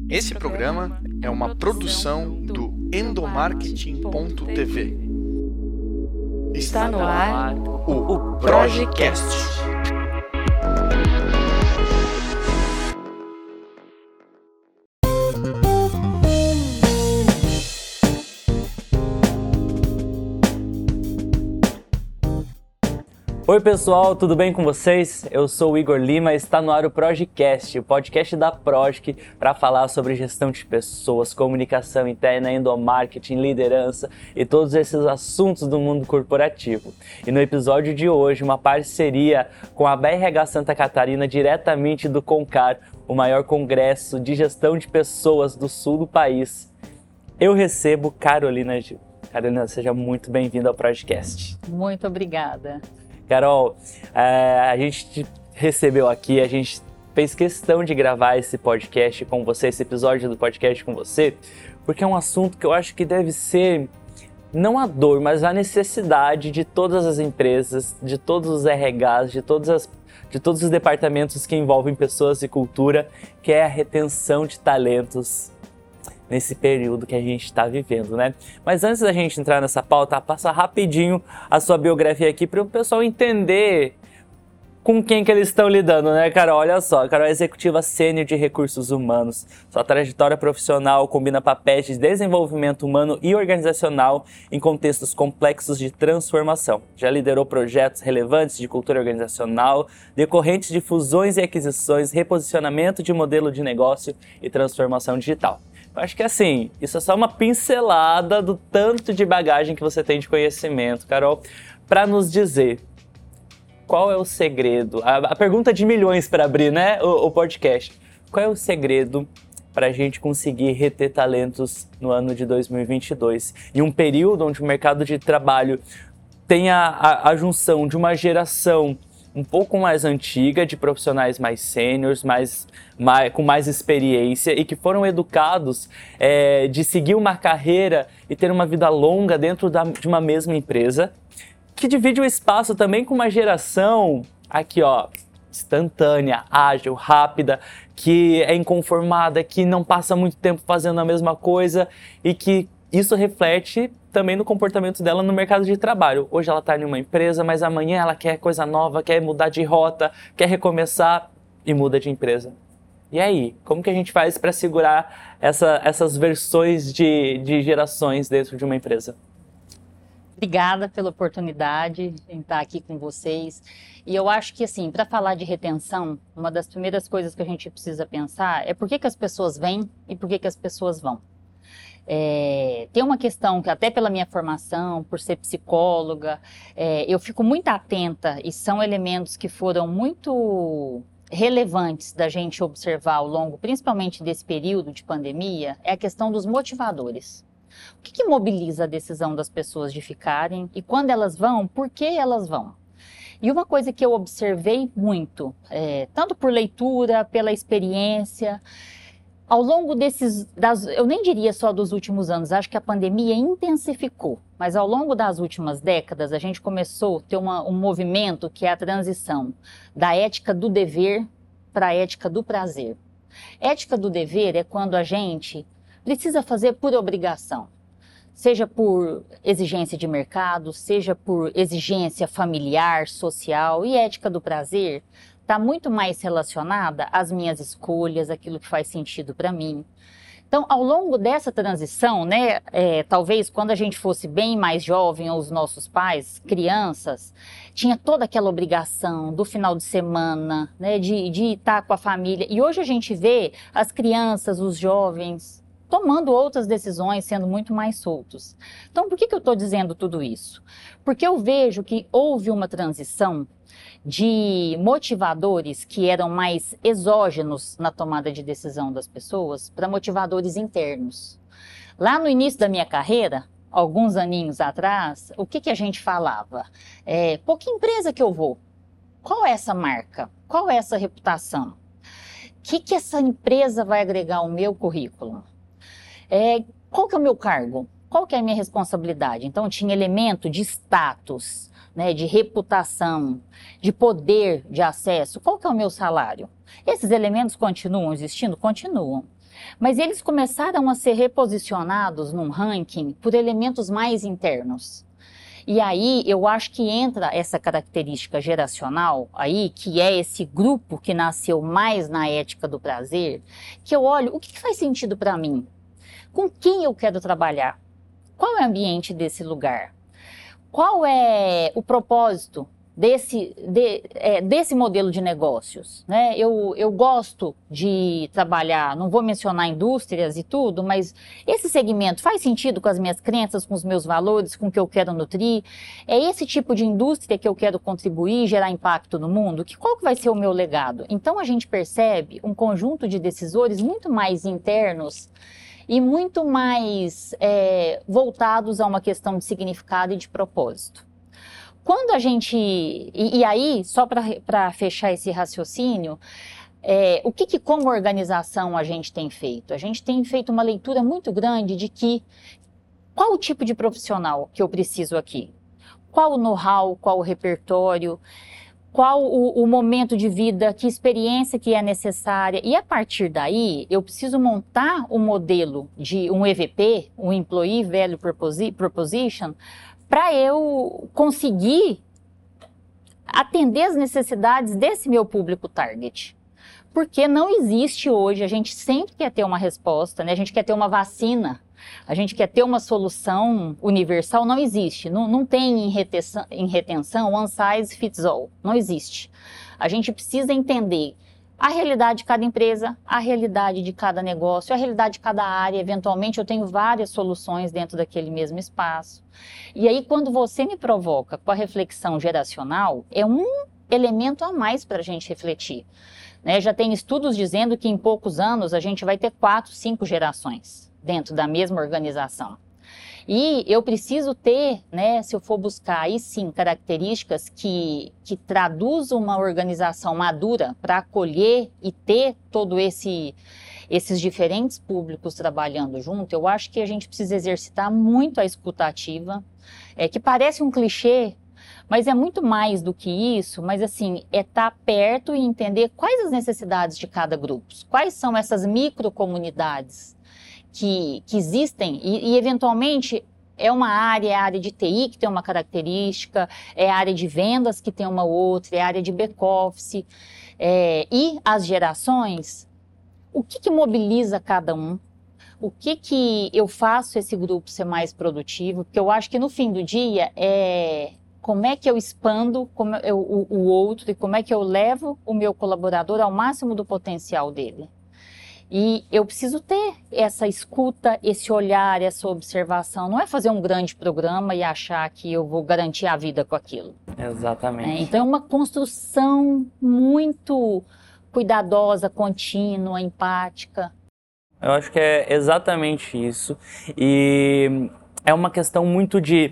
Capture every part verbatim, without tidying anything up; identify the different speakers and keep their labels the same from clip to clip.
Speaker 1: Esse programa é uma produção do endomarketing ponto t v.
Speaker 2: Está no ar
Speaker 1: o Projecast.
Speaker 3: Oi pessoal, tudo bem com vocês? Eu sou o Igor Lima e está no ar o Projecast, o podcast da Projic para falar sobre gestão de pessoas, comunicação interna, endomarketing, liderança e todos esses assuntos do mundo corporativo. E no episódio de hoje, uma parceria com a B R H Santa Catarina, diretamente do CONCAR, o maior congresso de gestão de pessoas do sul do país. Eu recebo Carolina Gil. Carolina, seja muito bem-vinda ao Projecast.
Speaker 2: Muito obrigada.
Speaker 3: Carol, é, a gente te recebeu aqui, a gente fez questão de gravar esse podcast com você, esse episódio do podcast com você, porque é um assunto que eu acho que deve ser, não a dor, mas a necessidade de todas as empresas, de todos os R Hs, de, todas as, de todos os departamentos que envolvem pessoas e cultura, que é a retenção de talentos nesse período que a gente está vivendo, né? Mas antes da gente entrar nessa pauta, passa rapidinho a sua biografia aqui para o pessoal entender com quem que eles estão lidando, né, Carol? Olha só, Carol é executiva sênior de recursos humanos. Sua trajetória profissional combina papéis de desenvolvimento humano e organizacional em contextos complexos de transformação. Já liderou projetos relevantes de cultura organizacional, decorrentes de fusões e aquisições, reposicionamento de modelo de negócio e transformação digital. Eu acho que assim, isso é só uma pincelada do tanto de bagagem que você tem de conhecimento, Carol, para nos dizer qual é o segredo, a, a pergunta de milhões para abrir, né, o, o podcast. Qual é o segredo para a gente conseguir reter talentos no ano de dois mil e vinte e dois? Em um período onde o mercado de trabalho tem a, a, a junção de uma geração um pouco mais antiga, de profissionais mais sêniores, mais, mais, com mais experiência e que foram educados é, de seguir uma carreira e ter uma vida longa dentro da, de uma mesma empresa, que divide o espaço também com uma geração aqui, ó, instantânea, ágil, rápida, que é inconformada, que não passa muito tempo fazendo a mesma coisa e que isso reflete também no comportamento dela no mercado de trabalho. Hoje ela está em uma empresa, mas amanhã ela quer coisa nova, quer mudar de rota, quer recomeçar e muda de empresa. E aí, como que a gente faz para segurar essa, essas versões de, de gerações dentro de uma empresa?
Speaker 2: Obrigada pela oportunidade de estar aqui com vocês. E eu acho que, assim, para falar de retenção, uma das primeiras coisas que a gente precisa pensar é por que que as pessoas vêm e por que que as pessoas vão. É, tem uma questão que até pela minha formação, por ser psicóloga, é, eu fico muito atenta e são elementos que foram muito relevantes da gente observar ao longo, principalmente desse período de pandemia, é a questão dos motivadores. O que que mobiliza a decisão das pessoas de ficarem e quando elas vão, por que elas vão? E uma coisa que eu observei muito, é, tanto por leitura, pela experiência, ao longo desses, das, eu nem diria só dos últimos anos, acho que a pandemia intensificou, mas ao longo das últimas décadas a gente começou a ter uma, um movimento que é a transição da ética do dever para a ética do prazer. Ética do dever é quando a gente precisa fazer por obrigação, seja por exigência de mercado, seja por exigência familiar, social, e ética do prazer está muito mais relacionada às minhas escolhas, aquilo que faz sentido para mim. Então, ao longo dessa transição, né, é, talvez quando a gente fosse bem mais jovem, ou os nossos pais, crianças, tinha toda aquela obrigação do final de semana, né, de, de estar com a família. E hoje a gente vê as crianças, os jovens, tomando outras decisões, sendo muito mais soltos. Então, por que que eu estou dizendo tudo isso? Porque eu vejo que houve uma transição de motivadores que eram mais exógenos na tomada de decisão das pessoas para motivadores internos. Lá no início da minha carreira, alguns aninhos atrás, o que que a gente falava? É, pô, que empresa que eu vou? Qual é essa marca? Qual é essa reputação? O que que essa empresa vai agregar ao meu currículo? É, qual que é o meu cargo? Qual que é a minha responsabilidade? Então, tinha elemento de status, né, de reputação, de poder de acesso. Qual que é o meu salário? Esses elementos continuam existindo? Continuam. mas eles começaram a ser reposicionados num ranking por elementos mais internos. E aí eu acho que entra essa característica geracional aí, que é esse grupo que nasceu mais na ética do prazer, que eu olho, o que, que faz sentido para mim? Com quem eu quero trabalhar? Qual é o ambiente desse lugar? Qual é o propósito desse, de, é, desse modelo de negócios? Né? Eu, eu gosto de trabalhar, não vou mencionar indústrias e tudo, mas esse segmento faz sentido com as minhas crenças, com os meus valores, com o que eu quero nutrir? É esse tipo de indústria que eu quero contribuir, gerar impacto no mundo? Que, qual que vai ser o meu legado? Então a gente percebe um conjunto de decisores muito mais internos e muito mais é, voltados a uma questão de significado e de propósito. Quando a gente... E, e aí, só para fechar esse raciocínio, é, o que, que como organização a gente tem feito? A gente tem feito uma leitura muito grande de que qual o tipo de profissional que eu preciso aqui? Qual o know-how, qual o repertório, qual o, o momento de vida, que experiência que é necessária. E a partir daí, eu preciso montar um modelo de um E V P, um Employee Value Proposition, para eu conseguir atender as necessidades desse meu público target. Porque não existe hoje, a gente sempre quer ter uma resposta, né? A gente quer ter uma vacina, a gente quer ter uma solução universal, não existe. Não, não tem em retenção, em retenção one size fits all, não existe. A gente precisa entender a realidade de cada empresa, a realidade de cada negócio, a realidade de cada área. Eventualmente eu tenho várias soluções dentro daquele mesmo espaço. E aí quando você me provoca com a reflexão geracional, é um elemento a mais para a gente refletir. Né? Já tem estudos dizendo que em poucos anos a gente vai ter quatro, cinco gerações dentro da mesma organização. E eu preciso ter, né, se eu for buscar aí sim características que, que traduzam uma organização madura para acolher e ter todo esse esses diferentes públicos trabalhando junto, eu acho que a gente precisa exercitar muito a escuta ativa, é, que parece um clichê, mas é muito mais do que isso, mas assim, é estar perto e entender quais as necessidades de cada grupo, quais são essas microcomunidades que, que existem e, e eventualmente é uma área, é a área de T I que tem uma característica, é a área de vendas que tem uma outra, é a área de back-office, é, e as gerações, o que, que mobiliza cada um? O que, que eu faço esse grupo ser mais produtivo? Porque eu acho que no fim do dia é como é que eu expando como eu, o, o outro e como é que eu levo o meu colaborador ao máximo do potencial dele. E eu preciso ter essa escuta, esse olhar, essa observação. Não é fazer um grande programa e achar que eu vou garantir a vida com aquilo.
Speaker 3: Exatamente.
Speaker 2: É, então é uma construção muito cuidadosa, contínua, empática.
Speaker 3: Eu acho que é exatamente isso. E é uma questão muito de...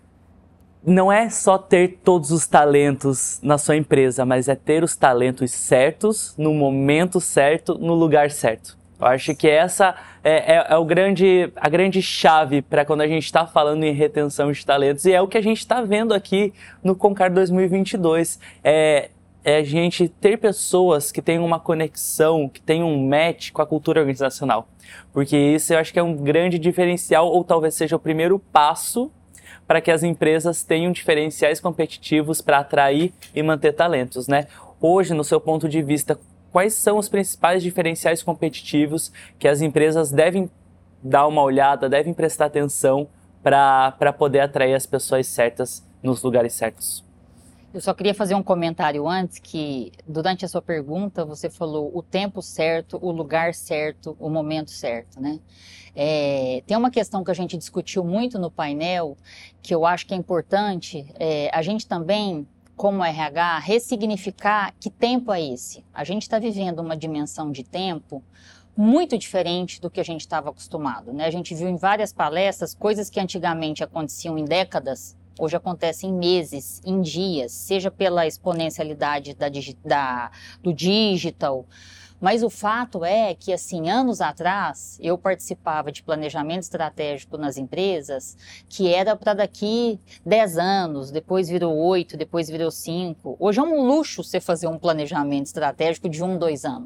Speaker 3: Não é só ter todos os talentos na sua empresa, mas é ter os talentos certos, no momento certo, no lugar certo. Eu acho que essa é, é, é o grande, a grande chave para quando a gente está falando em retenção de talentos. E é o que a gente está vendo aqui no Concar dois mil e vinte e dois. É, é a gente ter pessoas que tenham uma conexão, que tenham um match com a cultura organizacional. Porque isso eu acho que é um grande diferencial, ou talvez seja o primeiro passo para que as empresas tenham diferenciais competitivos para atrair e manter talentos, né? Hoje, no seu ponto de vista, quais são os principais diferenciais competitivos que as empresas devem dar uma olhada, devem prestar atenção para para poder atrair as pessoas certas nos lugares certos?
Speaker 2: Eu só queria fazer um comentário antes, que durante a sua pergunta você falou o tempo certo, o lugar certo, o momento certo, né? É, tem uma questão que a gente discutiu muito no painel, que eu acho que é importante, é, a gente também, como R H, ressignificar que tempo é esse. A gente está vivendo uma dimensão de tempo muito diferente do que a gente estava acostumado, né? A gente viu em várias palestras coisas que antigamente aconteciam em décadas, hoje acontecem em meses, em dias, seja pela exponencialidade da, da, do digital. Mas o fato é que, assim, anos atrás, eu participava de planejamento estratégico nas empresas, que era para daqui dez anos, depois virou oito, depois virou cinco. Hoje é um luxo você fazer um planejamento estratégico de um, dois anos.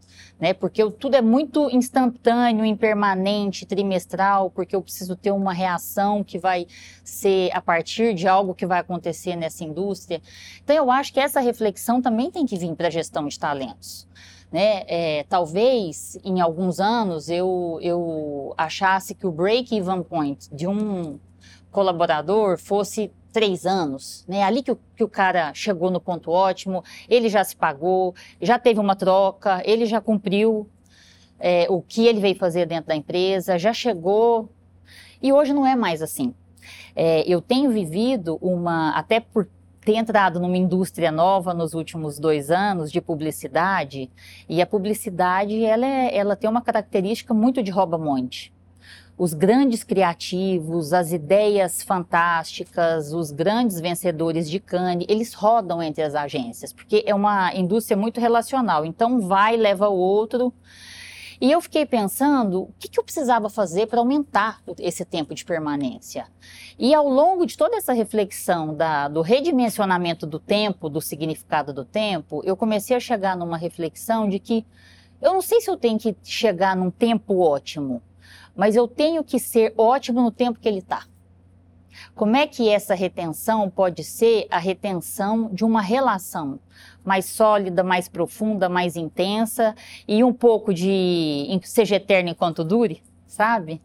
Speaker 2: né? Porque eu, tudo é muito instantâneo, impermanente, trimestral, porque eu preciso ter uma reação que vai ser a partir de algo que vai acontecer nessa indústria. Então, eu acho que essa reflexão também tem que vir para a gestão de talentos. Né? É, talvez em alguns anos eu, eu achasse que o break-even point de um colaborador fosse três anos, né? Ali que o, que o cara chegou no ponto ótimo, ele já se pagou, já teve uma troca, ele já cumpriu é, o que ele veio fazer dentro da empresa, já chegou, e hoje não é mais assim. É, eu tenho vivido uma, até por ter entrado numa indústria nova nos últimos dois anos de publicidade, e a publicidade ela, é, ela tem uma característica muito de rouba-monte. Os grandes criativos, as ideias fantásticas, os grandes vencedores de Cannes, eles rodam entre as agências, porque é uma indústria muito relacional, então vai, leva o outro. E eu fiquei pensando, o que, que eu precisava fazer para aumentar esse tempo de permanência? E ao longo de toda essa reflexão da, do redimensionamento do tempo, do significado do tempo, eu comecei a chegar numa reflexão de que eu não sei se eu tenho que chegar num tempo ótimo, mas eu tenho que ser ótimo no tempo que ele está. Como é que essa retenção pode ser a retenção de uma relação mais sólida, mais profunda, mais intensa e um pouco de seja eterno enquanto dure, sabe?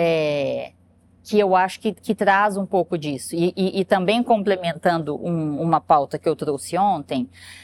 Speaker 2: É, que eu acho que, que traz um pouco disso. E, e, e também complementando um, uma pauta que eu trouxe ontem,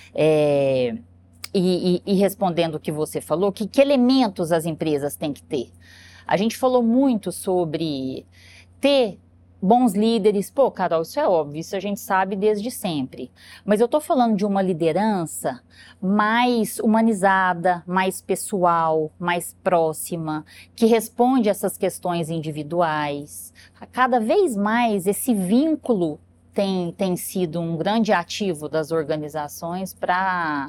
Speaker 2: é, e, e, e respondendo o que você falou, que, que elementos as empresas têm que ter? A gente falou muito sobre ter bons líderes. Pô, Carol, isso é óbvio, isso a gente sabe desde sempre. Mas eu tô falando de uma liderança mais humanizada, mais pessoal, mais próxima, que responde a essas questões individuais. Cada vez mais esse vínculo tem, tem sido um grande ativo das organizações para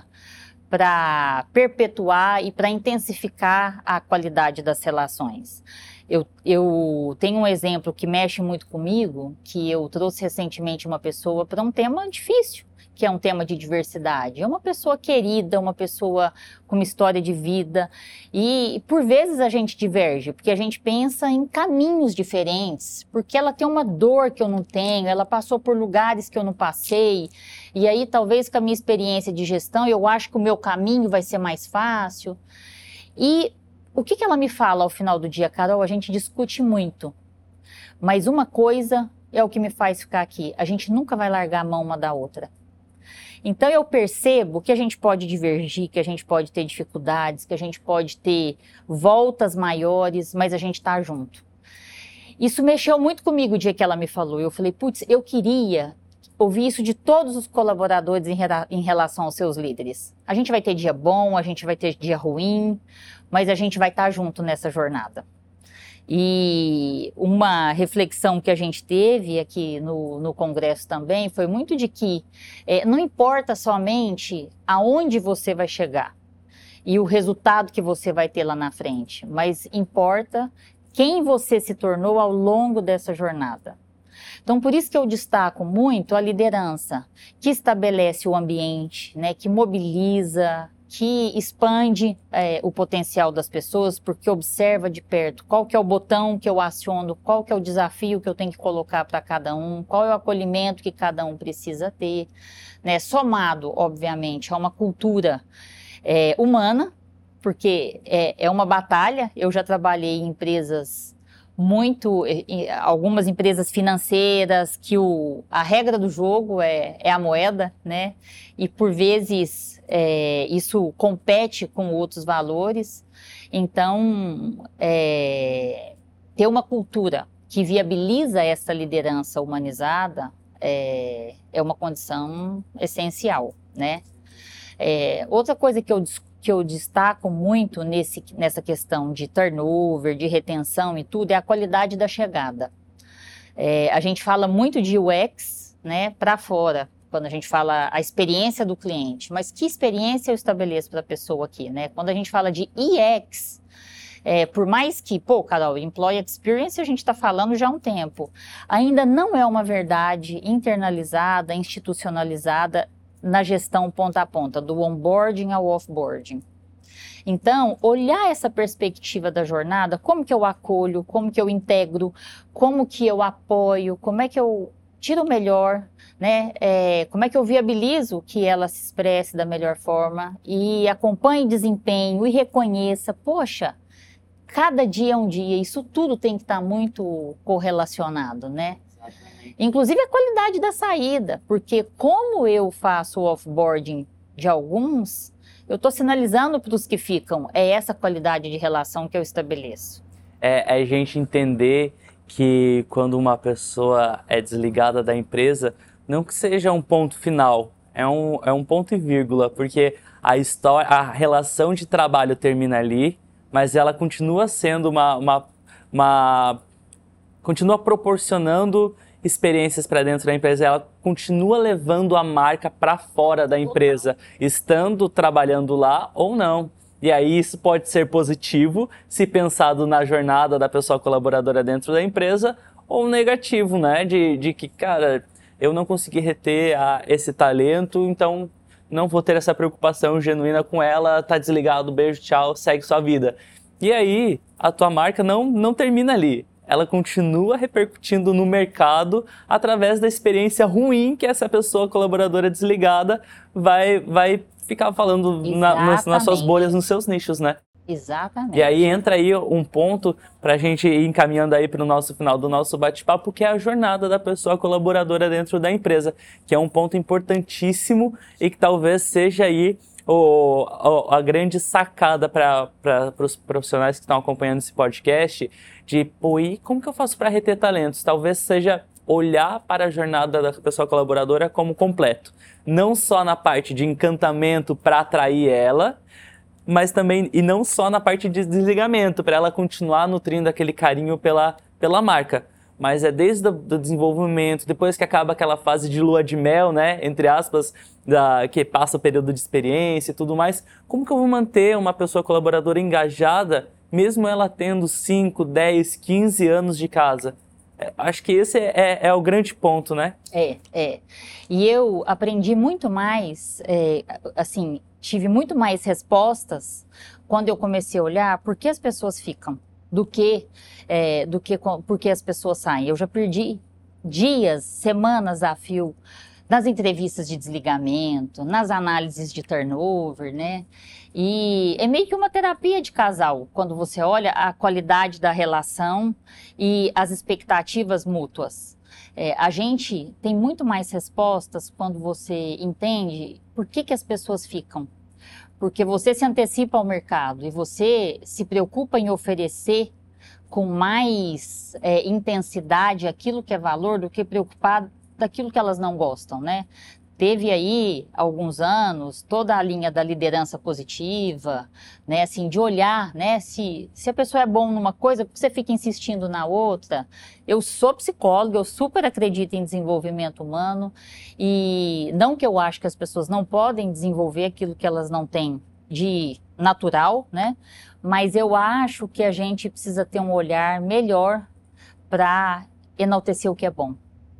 Speaker 2: para perpetuar e para intensificar a qualidade das relações. Eu, eu tenho um exemplo que mexe muito comigo, que eu trouxe recentemente uma pessoa para um tema difícil, que é um tema de diversidade. É uma pessoa querida, uma pessoa com uma história de vida, e por vezes a gente diverge, porque a gente pensa em caminhos diferentes, porque ela tem uma dor que eu não tenho, ela passou por lugares que eu não passei, e aí talvez com a minha experiência de gestão, eu acho que o meu caminho vai ser mais fácil. E o que, que ela me fala ao final do dia, Carol? A gente discute muito, mas uma coisa é o que me faz ficar aqui, a gente nunca vai largar a mão uma da outra. Então eu percebo que a gente pode divergir, que a gente pode ter dificuldades, que a gente pode ter voltas maiores, mas a gente está junto. Isso mexeu muito comigo o dia que ela me falou. Eu falei, putz, eu queria ouvir isso de todos os colaboradores em, em relação aos seus líderes. A gente vai ter dia bom, a gente vai ter dia ruim, mas a gente vai estar junto nessa jornada. E uma reflexão que a gente teve aqui no, no Congresso também foi muito de que é, não importa somente aonde você vai chegar e o resultado que você vai ter lá na frente, mas importa quem você se tornou ao longo dessa jornada. Então, por isso que eu destaco muito a liderança, que estabelece o ambiente, né, que mobiliza, que expande é, o potencial das pessoas, porque observa de perto qual que é o botão que eu aciono, qual que é o desafio que eu tenho que colocar para cada um, qual é o acolhimento que cada um precisa ter, né? Somado, obviamente, a uma cultura é, humana, porque é, é uma batalha. Eu já trabalhei em empresas muito, algumas empresas financeiras, que o, a regra do jogo é, é a moeda, né? E por vezes é, isso compete com outros valores. Então, é, ter uma cultura que viabiliza essa liderança humanizada é, é uma condição essencial, né? É, outra coisa que eu que eu destaco muito nesse, nessa questão de turnover, de retenção e tudo, é a qualidade da chegada. É, a gente fala muito de U X, né, para fora, quando a gente fala a experiência do cliente, mas que experiência eu estabeleço para a pessoa aqui, né? Quando a gente fala de E X, é, por mais que, pô, Carol, Employee Experience a gente está falando já há um tempo, ainda não é uma verdade internalizada, institucionalizada, na gestão ponta a ponta, do onboarding ao offboarding. Então, olhar essa perspectiva da jornada, como que eu acolho, como que eu integro, como que eu apoio, como é que eu tiro o melhor, né? É, como é que eu viabilizo que ela se expresse da melhor forma e acompanhe desempenho e reconheça, poxa, cada dia é um dia, isso tudo tem que estar muito correlacionado, né? Exatamente. Inclusive a qualidade da saída, porque como eu faço o offboarding de alguns, eu estou sinalizando para os que ficam, é essa qualidade de relação que eu estabeleço.
Speaker 3: É, é a gente entender que quando uma pessoa é desligada da empresa, não que seja um ponto final, é um, é um ponto e vírgula, porque a história, a relação de trabalho termina ali, mas ela continua sendo uma, uma, uma continua proporcionando experiências para dentro da empresa, ela continua levando a marca para fora da empresa, estando trabalhando lá ou não. E aí isso pode ser positivo se pensado na jornada da pessoa colaboradora dentro da empresa, ou negativo, né? De, de que, cara, eu não consegui reter a, esse talento, então não vou ter essa preocupação genuína com ela, tá desligado, beijo, tchau, segue sua vida. E aí a tua marca não, não termina ali. Ela continua repercutindo no mercado através da experiência ruim que essa pessoa colaboradora desligada vai, vai ficar falando na, nas, nas suas bolhas, nos seus nichos, né?
Speaker 2: Exatamente.
Speaker 3: E aí entra aí um ponto para a gente ir encaminhando aí para o nosso final do nosso bate-papo, que é a jornada da pessoa colaboradora dentro da empresa, que é um ponto importantíssimo e que talvez seja aí o, o, a grande sacada para os profissionais que estão acompanhando esse podcast, de, pô, e como que eu faço para reter talentos? Talvez seja olhar para a jornada da pessoa colaboradora como completo. Não só na parte de encantamento para atrair ela, mas também, e não só na parte de desligamento, para ela continuar nutrindo aquele carinho pela, pela marca. Mas é desde o do desenvolvimento, depois que acaba aquela fase de lua de mel, né, entre aspas, da, que passa o período de experiência e tudo mais, como que eu vou manter uma pessoa colaboradora engajada, mesmo ela tendo cinco, dez, quinze anos de casa? É, acho que esse é, é, é o grande ponto, né?
Speaker 2: É, é. E eu aprendi muito mais, é, assim, tive muito mais respostas quando eu comecei a olhar por que as pessoas ficam, do que, é, do que por que as pessoas saem. Eu já perdi dias, semanas a fio nas entrevistas de desligamento, nas análises de turnover, né? E é meio que uma terapia de casal, quando você olha a qualidade da relação e as expectativas mútuas. É, a gente tem muito mais respostas quando você entende por que que as pessoas ficam. Porque você se antecipa ao mercado e você se preocupa em oferecer com mais é, intensidade aquilo que é valor do que preocupar daquilo que elas não gostam, né? Teve aí, alguns anos, toda a linha da liderança positiva, né? Assim, de olhar, né? Se, se a pessoa é bom numa coisa, por que você fica insistindo na outra? Eu sou psicóloga, eu super acredito em desenvolvimento humano e não que eu acho que as pessoas não podem desenvolver aquilo que elas não têm de natural, né? Mas eu acho que a gente precisa ter um olhar melhor para enaltecer o que é bom.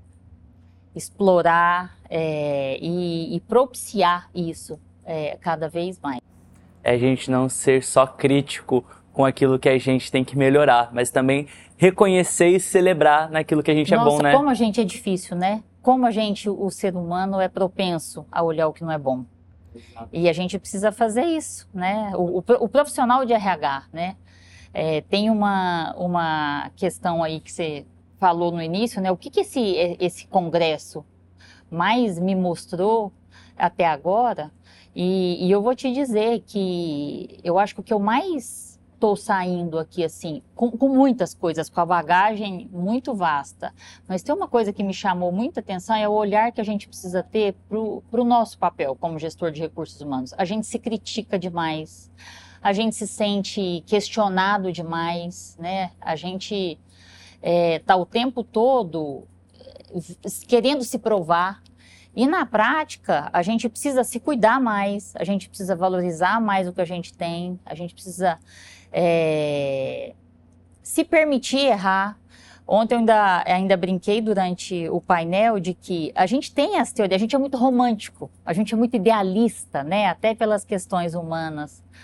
Speaker 2: Explorar é, e, e propiciar isso é, cada vez mais.
Speaker 3: É a gente não ser só crítico com aquilo que a gente tem que melhorar, mas também reconhecer e celebrar naquilo que a gente
Speaker 2: Nossa,
Speaker 3: é bom, né?
Speaker 2: Como a gente é difícil, né? Como a gente, o ser humano, é propenso a olhar o que não é bom. Exato. E a gente precisa fazer isso, né? O, o, o profissional de R H, né? É, tem uma, uma questão aí que você falou no início, né? O que que esse, esse congresso mais me mostrou até agora? E, e eu vou te dizer que eu acho que o que eu mais estou saindo aqui, assim, com, com muitas coisas, com a bagagem muito vasta, mas tem uma coisa que me chamou muita atenção, é o olhar que a gente precisa ter para o nosso papel como gestor de recursos humanos. A gente se critica demais, a gente se sente questionado demais, né? A gente está é, o tempo todo querendo se provar. E na prática, a gente precisa se cuidar mais, a gente precisa valorizar mais o que a gente tem, a gente precisa é, se permitir errar. Ontem eu ainda, ainda brinquei durante o painel de que a gente tem as teorias, a gente é muito romântico, a gente é muito idealista, né? Até pelas questões humanas.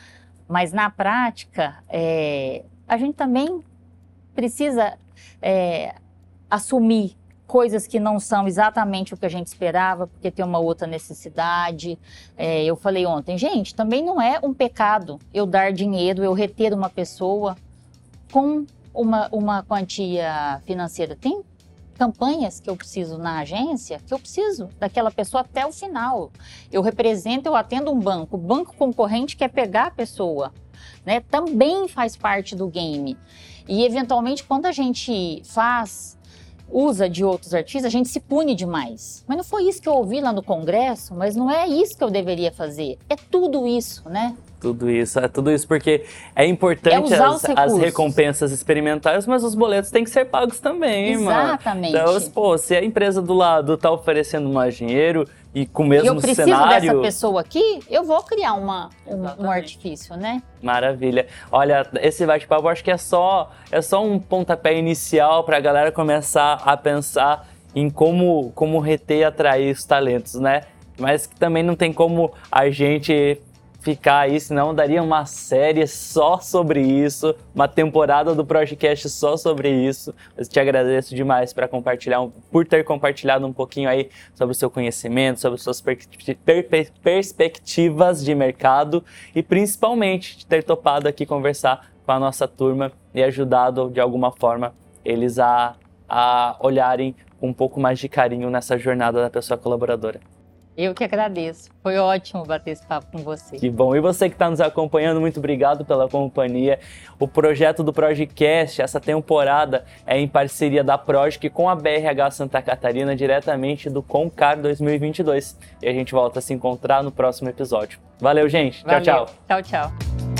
Speaker 2: Mas na prática, é, a gente também precisa é, assumir coisas que não são exatamente o que a gente esperava, porque tem uma outra necessidade. É, eu falei ontem, gente, também não é um pecado eu dar dinheiro, eu reter uma pessoa com uma, uma quantia financeira. Tem campanhas que eu preciso na agência, que eu preciso daquela pessoa até o final. Eu represento, eu atendo um banco, o banco concorrente quer pegar a pessoa, né? Também faz parte do game. E, eventualmente, quando a gente faz, usa de outros artistas, a gente se pune demais. Mas não foi isso que eu ouvi lá no Congresso, mas não é isso que eu deveria fazer. É tudo isso, né?
Speaker 3: Tudo isso, é tudo isso, porque é importante
Speaker 2: é
Speaker 3: as, as recompensas experimentais, mas os boletos têm que ser pagos também, mano.
Speaker 2: Exatamente.
Speaker 3: Então, pô, se a empresa do lado tá oferecendo mais dinheiro e com o mesmo cenário...
Speaker 2: eu preciso
Speaker 3: cenário,
Speaker 2: dessa pessoa aqui, eu vou criar uma, um, um artifício, né?
Speaker 3: Maravilha. Olha, esse bate-papo eu acho que é só, é só um pontapé inicial para a galera começar a pensar em como, como reter e atrair os talentos, né? Mas que também não tem como a gente ficar aí, senão daria uma série só sobre isso, uma temporada do podcast só sobre isso. Eu te agradeço demais para compartilhar, um, por ter compartilhado um pouquinho aí sobre o seu conhecimento, sobre suas per per perspectivas de mercado e principalmente de ter topado aqui conversar com a nossa turma e ajudado de alguma forma eles a, a olharem com um pouco mais de carinho nessa jornada da pessoa colaboradora.
Speaker 2: Eu que agradeço. Foi ótimo bater esse papo com você.
Speaker 3: Que bom. E você que está nos acompanhando, muito obrigado pela companhia. O projeto do Projicast, essa temporada, é em parceria da Projic com a B R H Santa Catarina, diretamente do Concar dois mil e vinte e dois. E a gente volta a se encontrar no próximo episódio. Valeu, gente.
Speaker 2: Valeu.
Speaker 3: Tchau, tchau.
Speaker 2: Tchau, tchau.